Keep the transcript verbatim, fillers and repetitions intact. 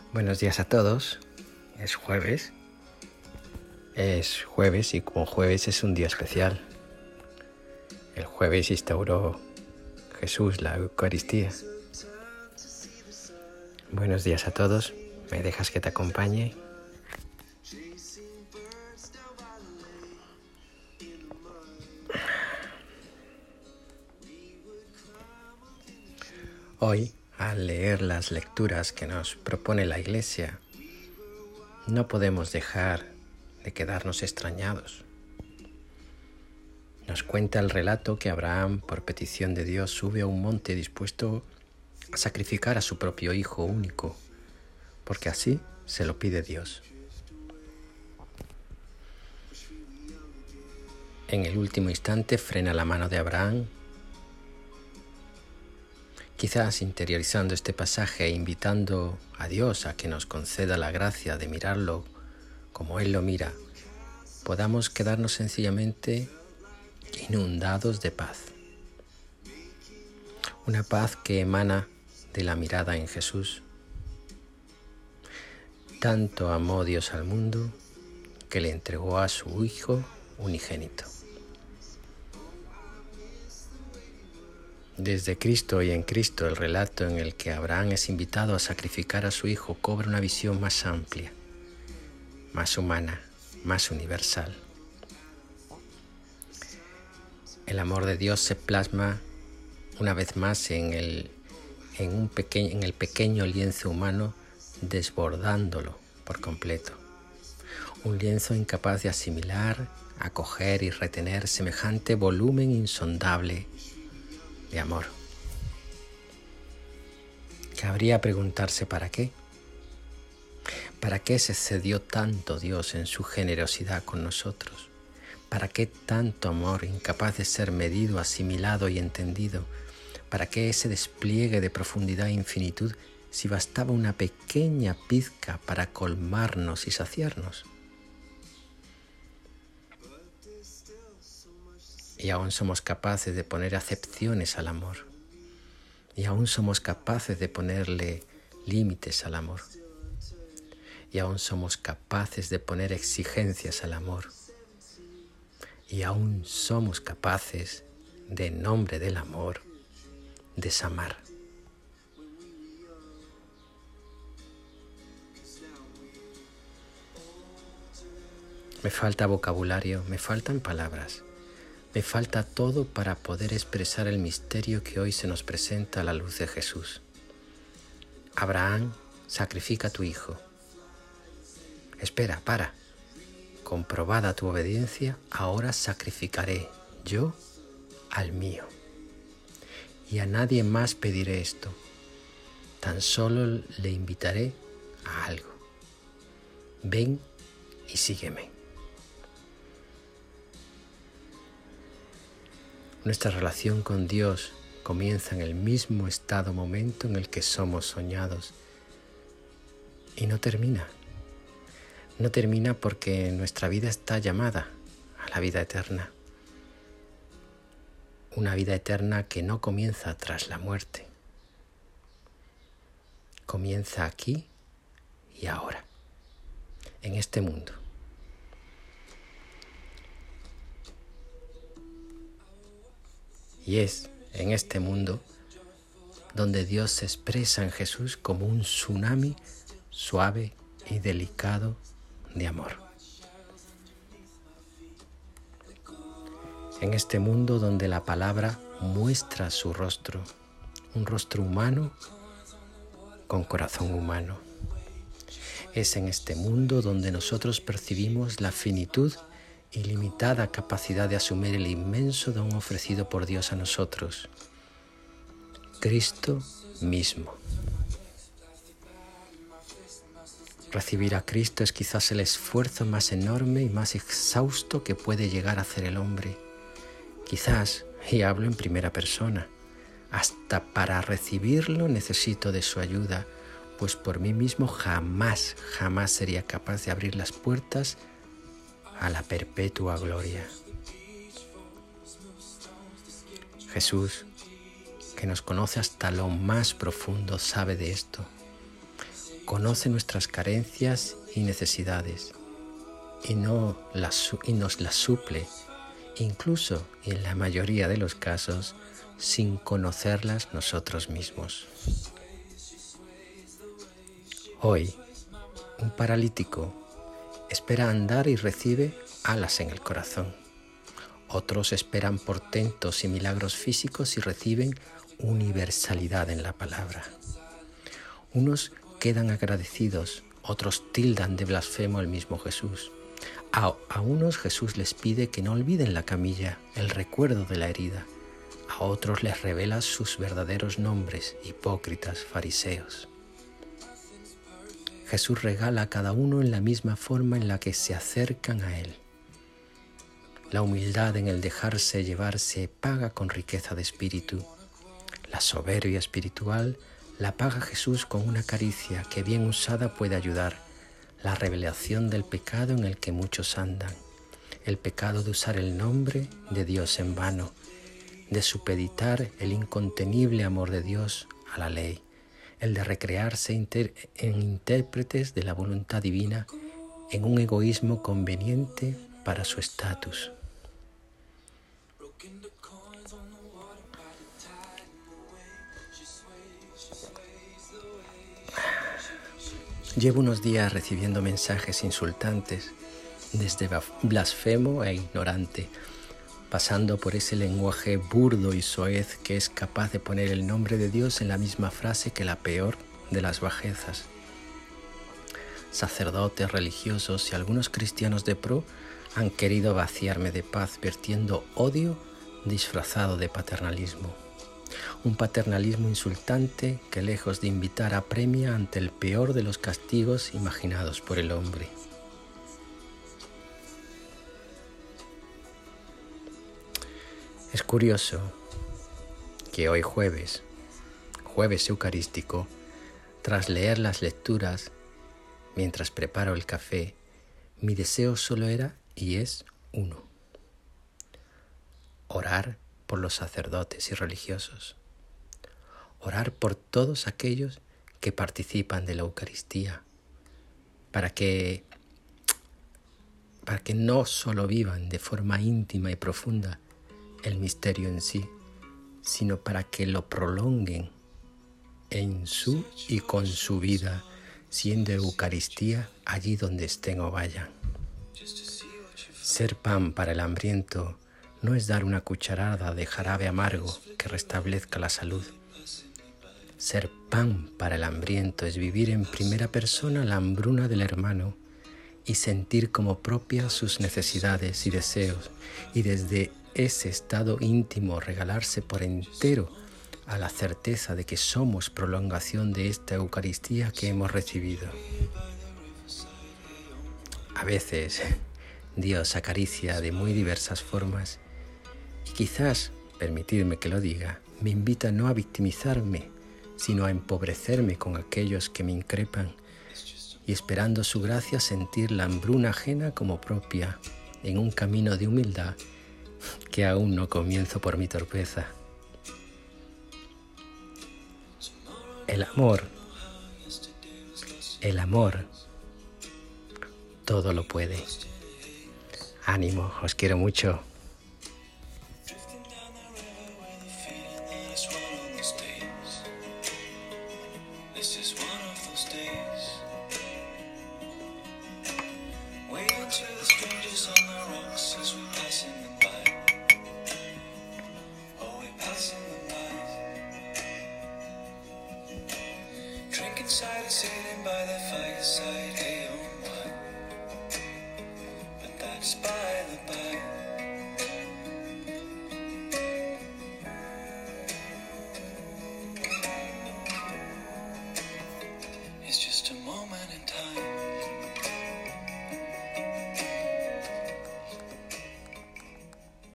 Buenos días a todos. Es jueves. Es jueves y como jueves es un día especial. El jueves instauró Jesús la Eucaristía. Buenos días a todos. ¿Me dejas que te acompañe? Hoy, al leer las lecturas que nos propone la Iglesia, no podemos dejar de quedarnos extrañados. Nos cuenta el relato que Abraham, por petición de Dios, sube a un monte dispuesto a sacrificar a su propio hijo único, porque así se lo pide Dios. En el último instante frena la mano de Abraham, quizás interiorizando este pasaje e invitando a Dios a que nos conceda la gracia de mirarlo como Él lo mira, podamos quedarnos sencillamente inundados de paz. Una paz que emana de la mirada en Jesús. Tanto amó Dios al mundo que le entregó a su Hijo unigénito. Desde Cristo y en Cristo, el relato en el que Abraham es invitado a sacrificar a su hijo cobra una visión más amplia, más humana, más universal. El amor de Dios se plasma una vez más en el, en un pequeño, en el pequeño lienzo humano, desbordándolo por completo. Un lienzo incapaz de asimilar, acoger y retener semejante volumen insondable de amor. Cabría preguntarse ¿para qué? ¿Para qué se cedió tanto Dios en su generosidad con nosotros? ¿Para qué tanto amor incapaz de ser medido, asimilado y entendido? ¿Para qué ese despliegue de profundidad e infinitud si bastaba una pequeña pizca para colmarnos y saciarnos? Y aún somos capaces de poner acepciones al amor. Y aún somos capaces de ponerle límites al amor. Y aún somos capaces de poner exigencias al amor. Y aún somos capaces de, en nombre del amor, desamar. Me falta vocabulario, me faltan palabras. Me falta todo para poder expresar el misterio que hoy se nos presenta a la luz de Jesús. Abraham, sacrifica a tu hijo. Espera, para. Comprobada tu obediencia, ahora sacrificaré yo al mío. Y a nadie más pediré esto. Tan solo le invitaré a algo. Ven y sígueme. Nuestra relación con Dios comienza en el mismo estado momento en el que somos soñados y no termina. No termina porque nuestra vida está llamada a la vida eterna. Una vida eterna que no comienza tras la muerte. Comienza aquí y ahora, en este mundo. Y es en este mundo donde Dios se expresa en Jesús como un tsunami suave y delicado de amor. En este mundo donde la palabra muestra su rostro, un rostro humano con corazón humano. Es en este mundo donde nosotros percibimos la finitud y limitada capacidad de asumir el inmenso don ofrecido por Dios a nosotros, Cristo mismo. Recibir a Cristo es quizás el esfuerzo más enorme y más exhausto que puede llegar a hacer el hombre. Quizás, y hablo en primera persona, hasta para recibirlo necesito de su ayuda, pues por mí mismo jamás, jamás sería capaz de abrir las puertas a la perpetua gloria. Jesús, que nos conoce hasta lo más profundo, sabe de esto. conoce nuestras carencias y necesidades y, no las, y nos las suple, incluso en la mayoría de los casos, sin conocerlas nosotros mismos. Hoy, un paralítico espera andar y recibe alas en el corazón. Otros esperan portentos y milagros físicos y reciben universalidad en la palabra. Unos quedan agradecidos, otros tildan de blasfemo al mismo Jesús. A, a unos Jesús les pide que no olviden la camilla, el recuerdo de la herida. A otros les revela sus verdaderos nombres, hipócritas, fariseos. Jesús regala a cada uno en la misma forma en la que se acercan a Él. La humildad en el dejarse llevarse paga con riqueza de espíritu. La soberbia espiritual la paga Jesús con una caricia que bien usada puede ayudar. La revelación del pecado en el que muchos andan. El pecado de usar el nombre de Dios en vano. De supeditar el incontenible amor de Dios a la ley. El de recrearse inter- en intérpretes de la voluntad divina en un egoísmo conveniente para su estatus. Llevo unos días recibiendo mensajes insultantes, desde blasfemo e ignorante, pasando por ese lenguaje burdo y soez que es capaz de poner el nombre de Dios en la misma frase que la peor de las bajezas. Sacerdotes, religiosos y algunos cristianos de pro han querido vaciarme de paz, vertiendo odio disfrazado de paternalismo. Un paternalismo insultante que, lejos de invitar, apremia ante el peor de los castigos imaginados por el hombre. Es curioso que hoy jueves, jueves eucarístico, tras leer las lecturas, mientras preparo el café, mi deseo solo era y es uno: orar por los sacerdotes y religiosos, orar por todos aquellos que participan de la Eucaristía, para que, para que no solo vivan de forma íntima y profunda el misterio en sí, sino para que lo prolonguen en su y con su vida, siendo Eucaristía allí donde estén o vayan. Ser pan para el hambriento no es dar una cucharada de jarabe amargo que restablezca la salud. Ser pan para el hambriento es vivir en primera persona la hambruna del hermano y sentir como propias sus necesidades y deseos, y desde ese estado íntimo regalarse por entero a la certeza de que somos prolongación de esta Eucaristía que hemos recibido. A veces Dios acaricia de muy diversas formas y quizás, permitidme que lo diga, me invita no a victimizarme, sino a empobrecerme con aquellos que me increpan y, esperando su gracia, sentir la hambruna ajena como propia en un camino de humildad que aún no comienzo por mi torpeza. El amor, el amor, todo lo puede. Ánimo, os quiero mucho. Inside, sitting by the fireside, hey, oh.